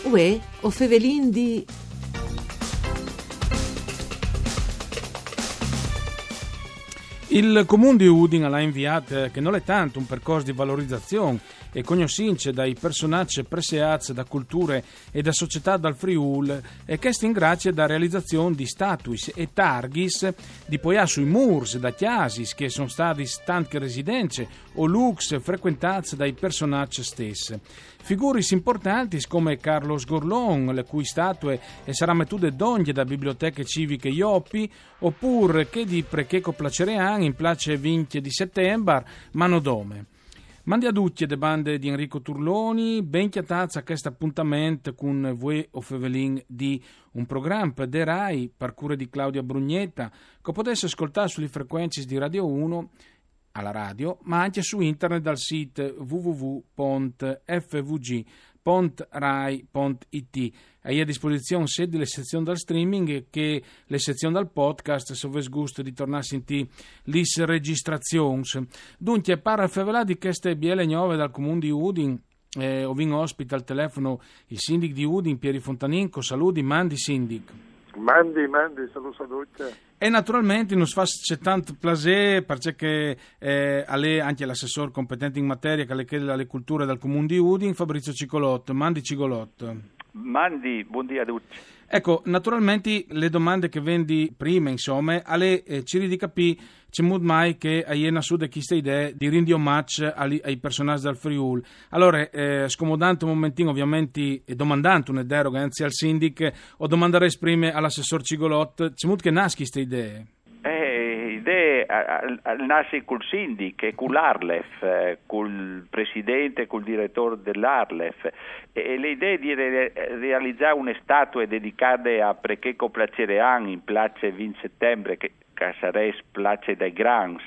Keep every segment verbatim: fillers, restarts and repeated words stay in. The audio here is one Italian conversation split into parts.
Uè, o Fevelin di... Il Comune di Udine ha inviato che non è tanto un percorso di valorizzazione e cognoscenze dai personaggi preseati da culture e da società dal Friul e che ringrazia da realizzazione di statuis e targhis di poia sui murs da chiasis che sono stati stanche residenze o lux frequentati dai personaggi stessi. Figure importanti come Carlos Gorlon, le cui statue saranno mettute d'ogni da biblioteche civiche Ioppi, oppure che di Precheco Placerean in place venti di settembre, Manodome. Mandi a tutti le bande di Enrico Turloni, ben chiatazza a questo appuntamento con voi o Fevelin di un programma de Rai, per cura di Claudia Brugnetta, che potesse ascoltare sulle frequenze di Radio uno alla radio, ma anche su internet dal sito w w w punto f v g punto rai punto i t. Hai a disposizione sia le sezioni dal streaming che le sezioni dal podcast, se avete gusto di tornare a sentire le registrazioni. Dunque, para fevelà di queste biele nuove dal comune di Udine, eh, ho vinto ospite al telefono il sindaco di Udine, Pieri Fontaninco. Saluti, mandi sindaco. Mandi, mandi, saluto, salute. E naturalmente non fa c'è tanto piacere perché eh, è anche l'assessore competente in materia che è alle culture del comune di Udine, Fabrizio Cigolotto. Mandi Cigolotto. Mandi, buongiorno a tutti. Ecco, naturalmente le domande che vendi prima, insomma, alle eh, ci di capire c'è molto mai che a Iena Sud questa idea di rindi omaggio ai, ai personaggi del Friul. Allora, eh, scomodante un momentino, ovviamente, e domandante una deroga, anzi al sindaco, o domanderei prima all'assessor Cigolotto, c'è molto che nasce queste idee? Eh, idee nasce col sindaco e con l'Arlef, eh, col presidente e col direttore dell'Arlef. E le idee di re- realizzare una statua dedicata a Precheco Placerean in place venti settembre, che Casares Place dai Grans,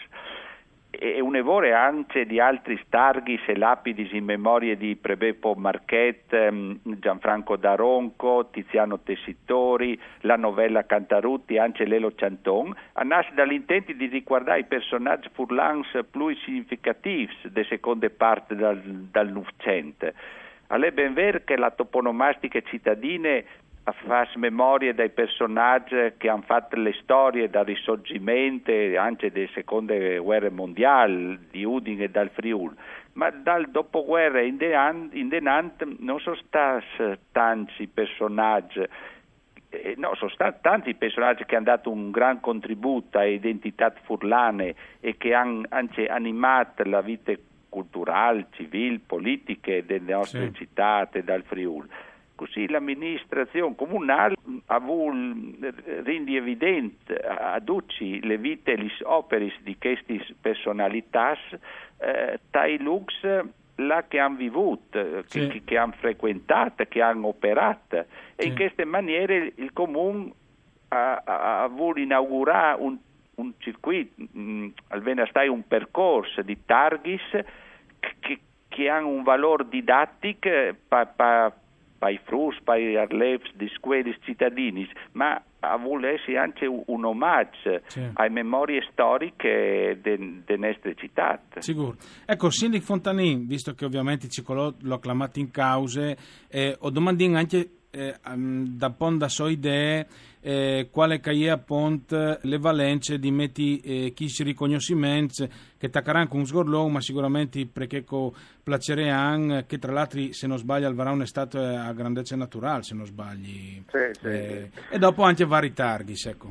e un evore anche di altri starghi e lapidi in memoria di Prebepo Marchet, Gianfranco Daronco, Tiziano Tessitori, la novella Cantarutti, anche Lelo Cianton, nasce dall'intento di riguardare i personaggi furlans più significativi delle seconde parti dal, dal Novecento. Alle ben vero che la toponomastica cittadine fa memoria dei personaggi che hanno fatto le storie dal risorgimento anche delle seconde guerre mondiali di Udine e dal Friul, ma dal dopoguerra in denant non sono stati tanti personaggi, eh, no, sono stati tanti personaggi che hanno dato un gran contributo a identità furlane e che hanno anche animato la vita culturale, civile, politiche delle nostre sì. città e dal Friul. Così l'amministrazione comunale ha voluto rendere evidente a tutti le vite e le opere di queste personalità eh, tai lux là che hanno vissuto, sì. che, che hanno frequentato, che hanno operato. E sì. in queste maniere il comune ha, ha, ha voluto inaugurare un, un circuito, mh, almeno stai un percorso di targhis che, che hanno un valore didattico pa, pa, ai frus, ai arlevs di scuole cittadini, ma a voler essere anche un, un omaggio sì. alle memorie storiche delle nostre città. Sicuro. Ecco, Sindaco Fontanin, visto che ovviamente Cicolò l'ho acclamato in cause, eh, ho domandato anche eh, da ponda sue idee eh, quale che è appunto le valenze di metti eh, chi si riconoscimenti che taccaranno con sgorlò, ma sicuramente perché co Placerean, che tra l'altro se non sbaglio alvarà un'estate a grandezza naturale, se non sbagli. Sì, sì, eh, sì. E dopo anche vari targhi, ecco.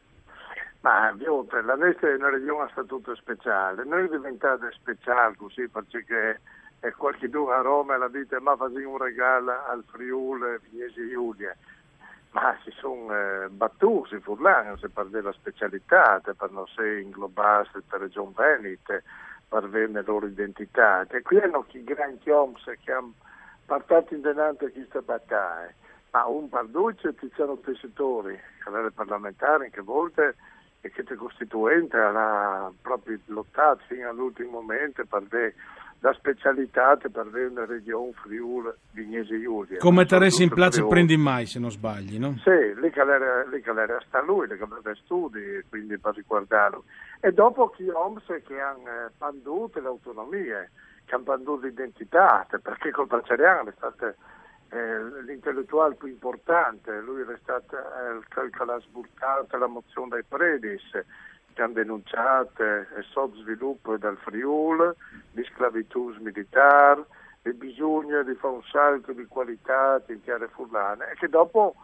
Ma la nostra è una regione a statuto speciale, noi diventate speciali così perché e qualche due a Roma la dite ma fai un regalo al Friuli Vignesi Giulia, ma si sono eh, battuti furlani se per la specialità, per non essere inglobati per Regione Veneto, per avere le loro identità. E qui hanno i grandi uomini che hanno portato in denante questa battaglia, ma un parduccio Tiziano Tessitori, che era parlamentare anche volte e che è costituente, ha proprio lottato fino all'ultimo momento per vedere la specialità per avere una regione Friuli Vignesi Giulia. Come Teresi in Plaza prendi mai, se non sbagli, no? Sì, lì che l'era sta lui, lì che aveva studi, quindi per riguardarlo. E dopo chi oms che hanno panduto le autonomie, che hanno panduto l'identità, perché col Placerean è stata eh, l'intellettuale più importante, lui è stato il eh, che ha sburtato la mozione dei Predis, che hanno denunciato il sottosviluppo del Friuli, di sclavitù militare, il bisogno di fare un salto di qualità in terre furlane, e che dopo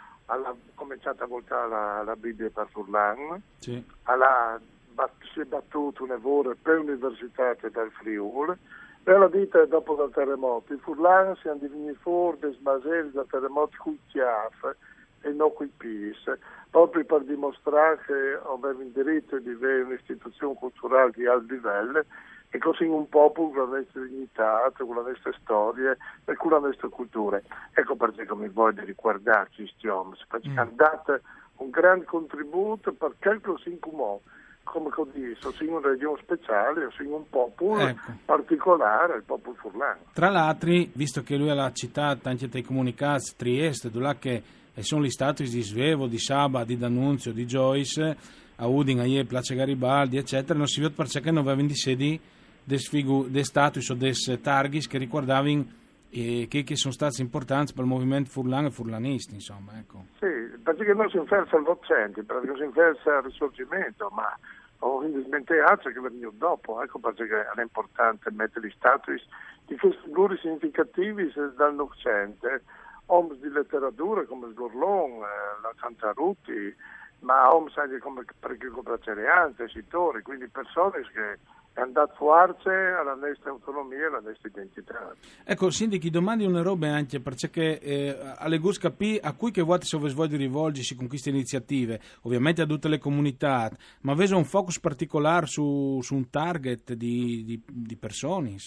ha cominciato a votare la, la Bibbia per Furlan, sì. alla, bat, si è battuto un lavoro per l'Università del Friuli, per la vita dopo il terremoto. I Furlan si hanno divenuti fuori dei smaseri del terremoto con chiaf e non con i pis, proprio per dimostrare che aveva il diritto di avere un'istituzione culturale di alto livello, e così un popolo con la nostra dignità, con la nostra storia e con la nostra cultura. Ecco perché mi voglio ricordare questi uomini, perché mm. hanno dato un grande contributo per qualcosa in comune, come ho detto, in una regione speciale, in un popolo ecco. particolare, il popolo furlano. Tra l'altro, visto che lui ha citato anche dei comunicati Trieste, dove che sono listati di Svevo, di Saba, di D'Annunzio, di Joyce, a Udine, a Ie, Place Garibaldi, eccetera, non si vede perché non avevano di sedi dei de status o dei targhi che riguardavano eh, che, che sono stati importanti per il movimento furlano e furlanisti, insomma, ecco. Sì, perché non si inferza il docente, perché non si inferza il risorgimento, ma ho indismenticato che veniva dopo, ecco perché è importante mettere gli status di queste figure significativi dal docente, uomini di letteratura come Sgorlon, eh, la Cantarutti, ma uomini anche come Perchico Braceriante, Sitori, quindi persone che hanno dato forza alla nostra autonomia e alla nostra identità. Ecco, Sindichi, domandi una roba anche perché eh, alle Gus capì a cui che vuoi se vuoi rivolgersi con queste iniziative, ovviamente a tutte le comunità, ma avete un focus particolare su, su un target di, di, di persone?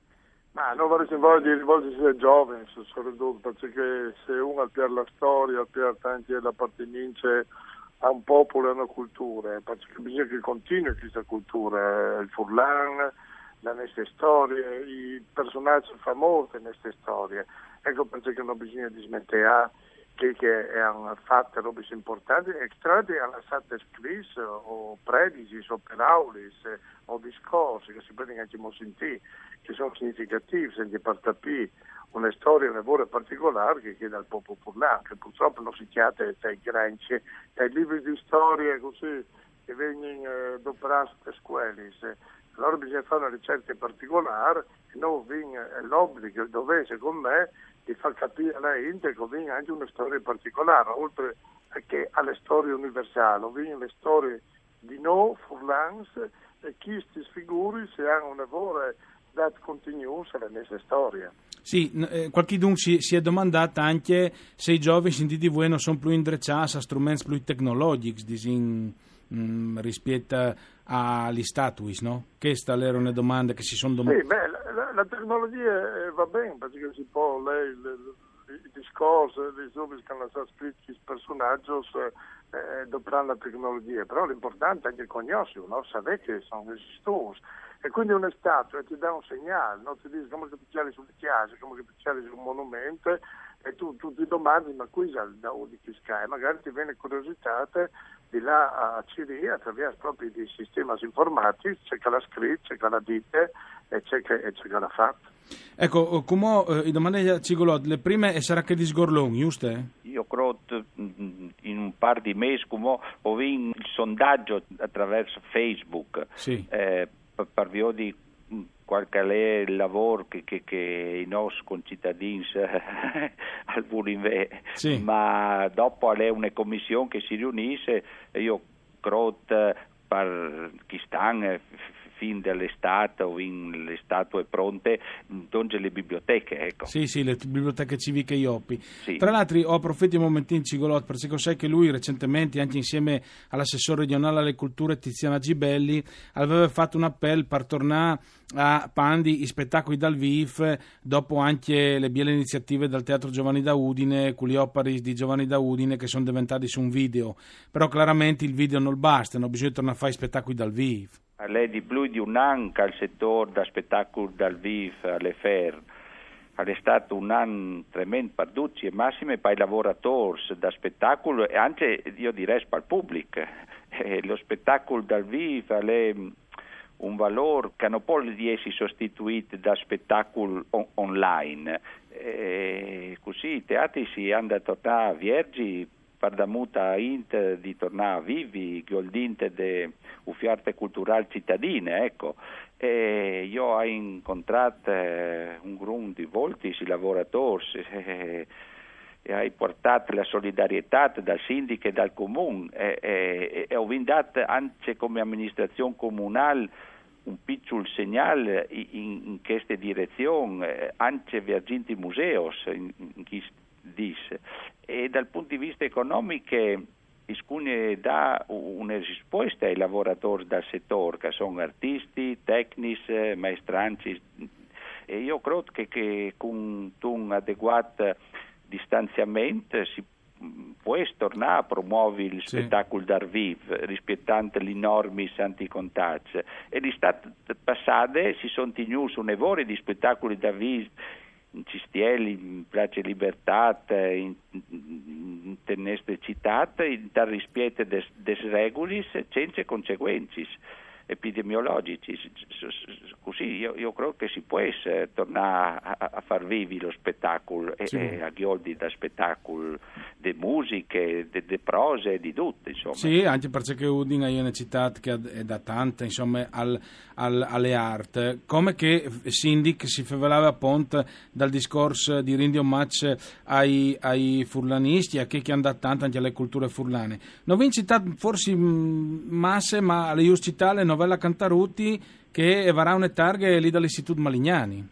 Ma non vorrei rivolgersi ai giovani, soprattutto perché se uno ha per la storia, ha per anche l'appartenenza a un popolo e a una cultura, perché bisogna che continui questa cultura, il Furlan, le nostre storie, i personaggi famosi nelle nostre storie. Ecco perché non bisogna dismettere che, che hanno fatto robe importanti e che tra l'altro hanno lasciato scrisse o predici o peraulis o discorsi che si prendono anche sentire, che sono significativi, senza partapì una storia, un lavoro particolare che chiede al popolo furlano, che purtroppo non si chiama dai granci, dai libri di storia così che vengono eh, adoperati a scuole. Allora bisogna fare una ricerca particolare e non viene l'obbligo, il dovere secondo me, di far capire alla gente che viene anche una storia particolare, oltre che alle storie universali, vengono le storie di noi, furlans, e chi questi figuri se hanno un lavoro dato continuo alla nostra storia. Sì, eh, qualcuno si, si è domandato anche se i giovani in T V non sono più indrecciati a strumenti più tecnologici disin, mh, rispetto agli status, no? Queste erano le domande che si sono domandate. Sì, beh, la, la tecnologia eh, va bene perché si può lei i discorsi, i dubbi che hanno stato scritti i personaggi eh, dopo la tecnologia, però l'importante è anche conoscere, no? Sapere che sono esistenti. E quindi una statua ti dà un segnale, no? Ti dice come che ti chiari sulle chiese, come che ti chiari su un monumento, e tu, tu ti domandi ma qui da dove ti scai, magari ti viene curiosità di là a Ciri attraverso proprio dei sistemi informatici, c'è che l'ha scritto, c'è che l'ha dite e c'è che, e c'è che l'ha fatto. Ecco, come eh, domande a Cigolot, le prime sarà che di Sgorlon, giusto? Io credo in un par di mesi come ho visto il sondaggio attraverso Facebook. Sì. Eh, per via di qualche è il lavoro che, che, che i nostri concittadini al Burinve, sì. Ma dopo è una commissione che si riunisce, io credo per chi stanno fin dell'estate o in le statue pronte donge le biblioteche, ecco. Sì, sì, le biblioteche civiche Ioppi. Sì. Tra l'altro ho approfitto un momentino Cigolot perché sai che lui recentemente anche insieme all'assessore regionale alle culture Tiziana Gibelli aveva fatto un appello per tornare a Pandi i spettacoli dal V I F dopo anche le belle iniziative dal Teatro Giovanni da Udine, con gli operi di Giovanni da Udine che sono diventati su un video, però chiaramente il video non basta, non bisogna tornare a fare i spettacoli dal V I F. A lei di più di un anno al settore da spettacolo dal V I F alle Fer. È stato un anno tremendo per tutti e massime per i lavoratori da spettacolo e anche io direi per il pubblico. Eh, lo spettacolo dal V I F è un valore che non può essere sostituito da spettacolo on- online. Eh, così i teatri si hanno tornare viergi, pardamuta int di tornare vivi, goldinte de uffiarte culturali cittadine, ecco. E io ho incontrato eh, un gruppo di volti, i lavoratori, eh, e hai portato la solidarietà dal sindaco e dal comune e, e, e ho vinto anche come amministrazione comunale un piccolo segnale in, in questa direzione, anche verginti museos in, in chi dice. E dal punto di vista economico Iscune dà una risposta ai lavoratori del settore, che sono artisti, tecnici, maestranci, e io credo che, che con un adeguato distanziamento si può tornare a promuovere il sì. spettacolo dal vivo, rispettando le norme anticontagio. E l'estate passata si sono tenuti un evore di spettacoli dal vivo in Cistielli, in Place Libertà, in, in teneste citate, in tal rispetto des, des regulis, senza conseguenze epidemiologici. Così io, io credo che si può essere, tornare a, a far vivi lo spettacolo sì. e, e a Ghioldi da spettacolo di musiche, di prose, di tutto, insomma. Sì, anche perché Udin è una città che è da tante, insomma, al, al, alle arte. Come che Sindic si favelava appunto dal discorso di Rindi Omac ai, ai furlanisti, a chi che hanno dato tanto anche alle culture furlane. Non vi citato forse masse, ma alle città le novella Cantarutti che varrà una targhe lì dall'Istituto Malignani.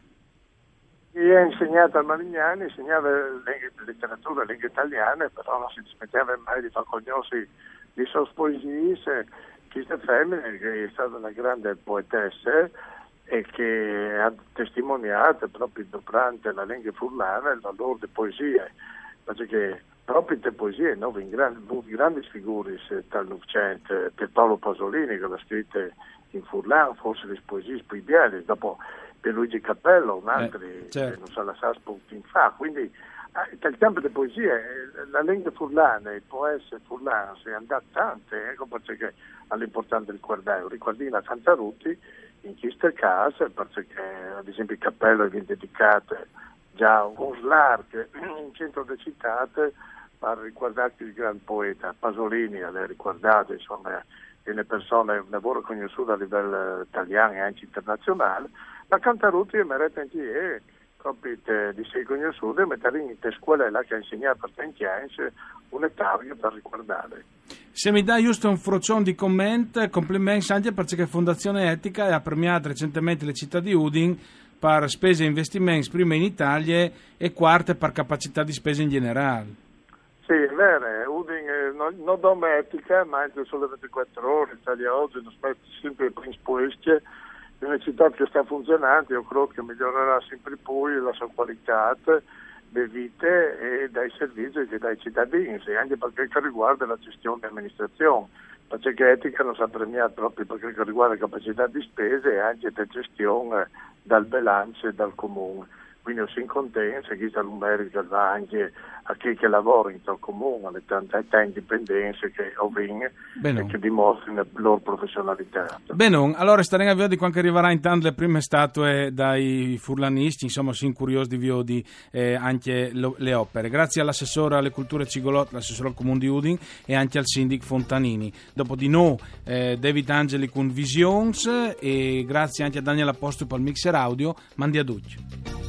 Io ho insegnato a Malignani, insegnava letteratura e lingue italiane, però non si smetteva mai di far conoscere le sue poesie, questa femmina che è stata una grande poetessa e che ha testimoniato proprio durante la lingua furlana il valore delle poesie, perché proprio le poesie, no, in grandi, grandi figure dal Novecento, per Paolo Pasolini che l'ha scritta in furlano, forse le poesie più belle, dopo per Luigi Cappello, un altro eh, certo. che non sa la sa spunti in fa, quindi dal campo delle poesie la lingua furlana, il poeta furlano si è andato tante, ecco perché all'importante ricordare, ricordino a Cantarutti in questo caso, perché ad esempio il Cappello è dedicato già un slargo in centro delle citate per ricordare il gran poeta Pasolini, l'ha ricordato, insomma, delle persone, un lavoro conosciuto a livello italiano e anche internazionale, ma Cantarutti merita anche proprio di sei conosciuto e mettere in te scuola là che ha insegnato per tanti anni un etario per ricordare. Se mi dà giusto un frocione di commento, complimenti anche perché Fondazione Etica ha premiato recentemente le città di Udin per spese e investimenti prima in Italia e quarte per capacità di spesa in generale. Sì, è vero, Udin non, non dometica, ma anche solo ventiquattro ore, Italia oggi non smette sempre il principio è una città che sta funzionando, io credo che migliorerà sempre più la sua qualità delle vite e dai servizi che dai cittadini, anche per quel che riguarda la gestione dell'amministrazione, perché Etica non si è premiato proprio per quel che riguarda la capacità di spese e anche la gestione dal bilancio e dal comune. Quindi io sono contento che il merito va anche a chi che lavora in tal comune, alle tante indipendenze che ho vinto e che dimostrano la loro professionalità. Bene, allora staremo a vedere di quando arriverà intanto le prime statue dai furlanisti, insomma sono curioso di vedere eh, anche lo, le opere. Grazie all'assessore alle culture Cigolot, l'assessore al comune di Udin e anche al sindaco Fontanini. Dopo di noi eh, David Angeli con Visions e grazie anche a Daniel Apostolo per il mixer audio, mandi a tutti.